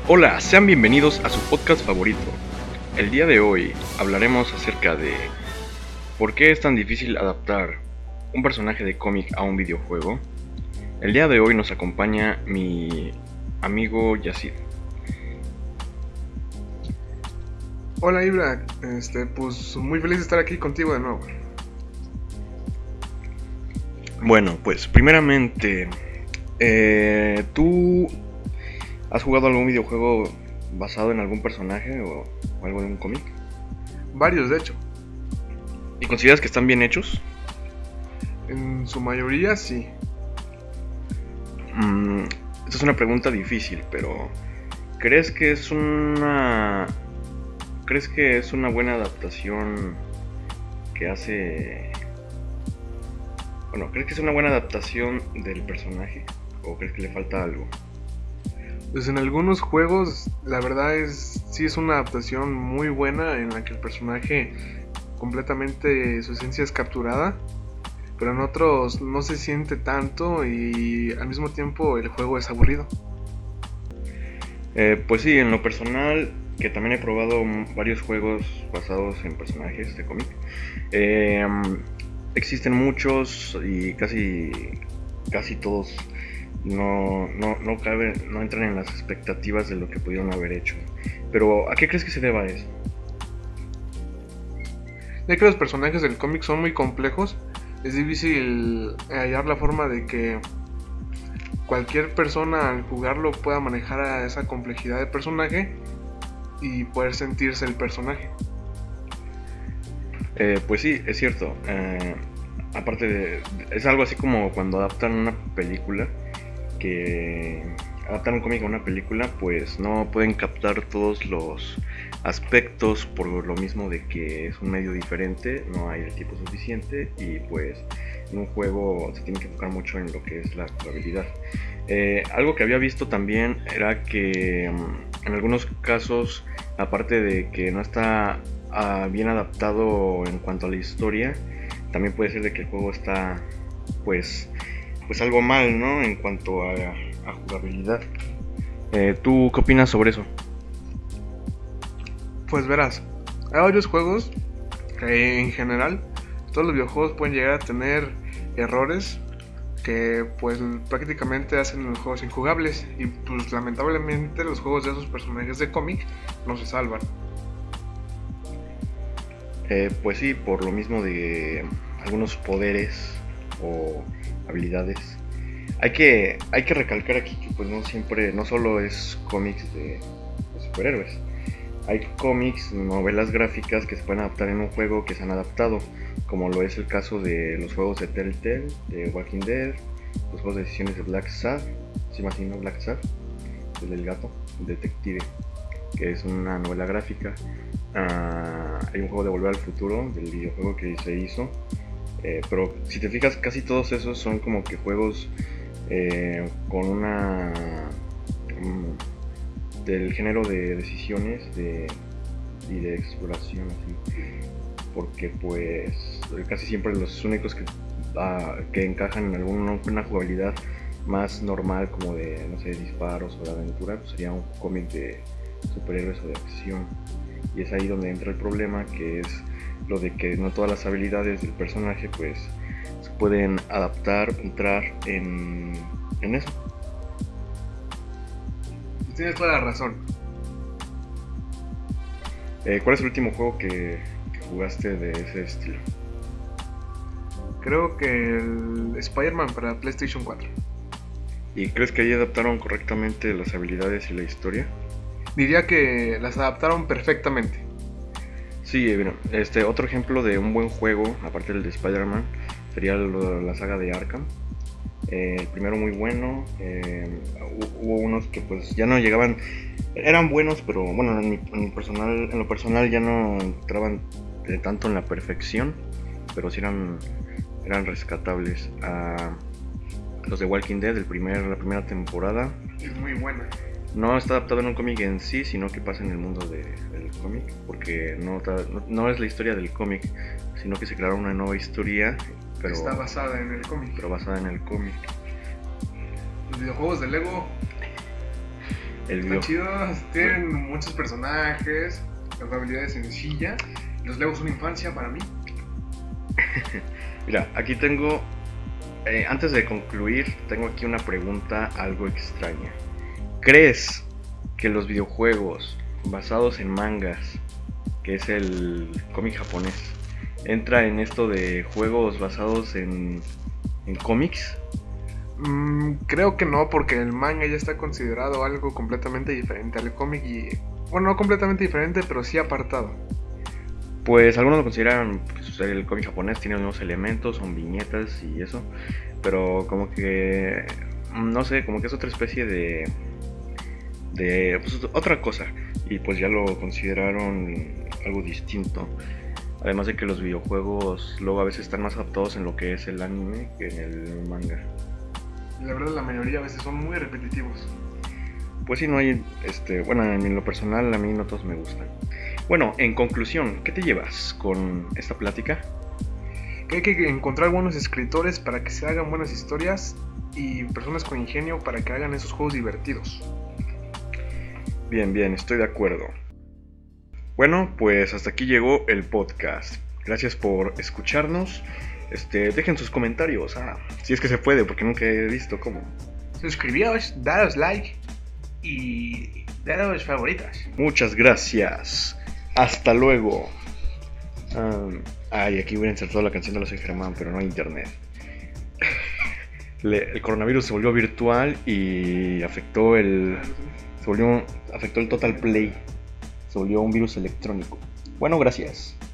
Hola, sean bienvenidos a su podcast favorito. El día de hoy hablaremos acerca de por qué es tan difícil adaptar un personaje de cómic a un videojuego. El día de hoy nos acompaña mi amigo Yacid. Hola Ibra, pues muy feliz de estar aquí contigo de nuevo. Bueno, pues primeramente, ¿tú has jugado algún videojuego basado en algún personaje o algo de un cómic? Varios, de hecho. ¿Y consideras que están bien hechos? En su mayoría sí. Esta es una pregunta difícil, pero ¿crees que es una buena adaptación que hace? Bueno, ¿crees que es una buena adaptación del personaje o crees que le falta algo? Pues en algunos juegos la verdad sí es una adaptación muy buena en la que el personaje completamente su esencia es capturada, pero en otros no se siente tanto y al mismo tiempo el juego es aburrido. Pues sí, en lo personal, que también he probado varios juegos basados en personajes de cómic, eh, existen muchos y casi todos no entran en las expectativas de lo que pudieron haber hecho. Pero ¿a qué crees que se deba eso? Ya que los personajes del cómic son muy complejos, es difícil hallar la forma de que cualquier persona al jugarlo pueda manejar a esa complejidad de personaje y poder sentirse el personaje. Pues sí, es cierto. Es algo así como cuando adaptan una película, que adaptan un cómic a una película, pues no pueden captar todos los aspectos por lo mismo de que es un medio diferente, no hay el tiempo suficiente y pues en un juego se tiene que enfocar mucho en lo que es la jugabilidad. Algo que había visto también era que en algunos casos, aparte de que no está bien adaptado en cuanto a la historia, también puede ser de que el juego está pues algo mal, ¿no? En cuanto a jugabilidad. ¿Tú qué opinas sobre eso? Pues verás, hay varios juegos que en general todos los videojuegos pueden llegar a tener errores que pues prácticamente hacen los juegos injugables y pues lamentablemente los juegos de esos personajes de cómic no se salvan. Pues sí, por lo mismo de algunos poderes o habilidades. Hay que recalcar aquí que pues no solo es cómics de superhéroes. Hay cómics, novelas gráficas que se pueden adaptar en un juego que se han adaptado, como lo es el caso de los juegos de Telltale, de Walking Dead, los juegos de decisiones de Black Sad, ¿se imagina Black Sad? El del gato, el detective, que es una novela gráfica. Hay un juego de Volver al Futuro, del videojuego que se hizo, pero si te fijas, casi todos esos son como que juegos con una del género de decisiones y de exploración, así, porque pues casi siempre los únicos que encajan en alguna jugabilidad más normal, como de, no sé, disparos o de aventura, pues sería un cómic de superhéroes o de acción. Y es ahí donde entra el problema, que es lo de que no todas las habilidades del personaje pues se pueden entrar en eso. Tienes toda la razón. ¿Cuál es el último juego que jugaste de ese estilo? Creo que el Spider-Man para PlayStation 4. ¿Y crees que ahí adaptaron correctamente las habilidades y la historia? Diría que las adaptaron perfectamente. Sí, bueno, otro ejemplo de un buen juego, aparte del de Spider-Man, sería la saga de Arkham. El primero muy bueno, hubo unos que pues ya no llegaban, eran buenos, pero bueno, en lo personal ya no entraban tanto en la perfección, pero sí eran rescatables. Los de Walking Dead, la primera temporada, Es muy buena. no está adaptado en un cómic en sí, sino que pasa en el mundo del cómic, porque no es la historia del cómic, sino que se crearon una nueva historia, pero está basada en el cómic. Pero basada en el cómic. Los videojuegos de Lego Están chidos, tienen muchos personajes, la jugabilidad es sencilla. Los Legos son infancia para mí. Mira, aquí tengo, antes de concluir, tengo aquí una pregunta algo extraña. ¿Crees que los videojuegos basados en mangas, que es el cómic japonés, entra en esto de juegos basados en cómics? Creo que no, porque el manga ya está considerado algo completamente diferente al cómic y... Bueno, no completamente diferente, pero sí apartado. Pues algunos lo consideran, pues, el cómic japonés tiene unos elementos, son viñetas y eso, pero como que, no sé, como que es otra especie de pues, otra cosa, y pues ya lo consideraron algo distinto. Además de que los videojuegos luego a veces están más adaptados en lo que es el anime que en el manga. La verdad, la mayoría a veces son muy repetitivos. Pues sí, no hay, bueno, en lo personal a mí no todos me gustan. Bueno, en conclusión, ¿qué te llevas con esta plática? Que hay que encontrar buenos escritores para que se hagan buenas historias y personas con ingenio para que hagan esos juegos divertidos. Bien, estoy de acuerdo. Bueno, pues hasta aquí llegó el podcast. Gracias por escucharnos. Dejen sus comentarios, si es que se puede, porque nunca he visto cómo. Suscribíos, daros like y daros favoritas. Muchas gracias. Hasta luego. Aquí voy a insertar la canción de los Germán, pero no hay internet. El coronavirus se volvió virtual y afectó el Total Play. Se volvió un virus electrónico. Bueno, gracias.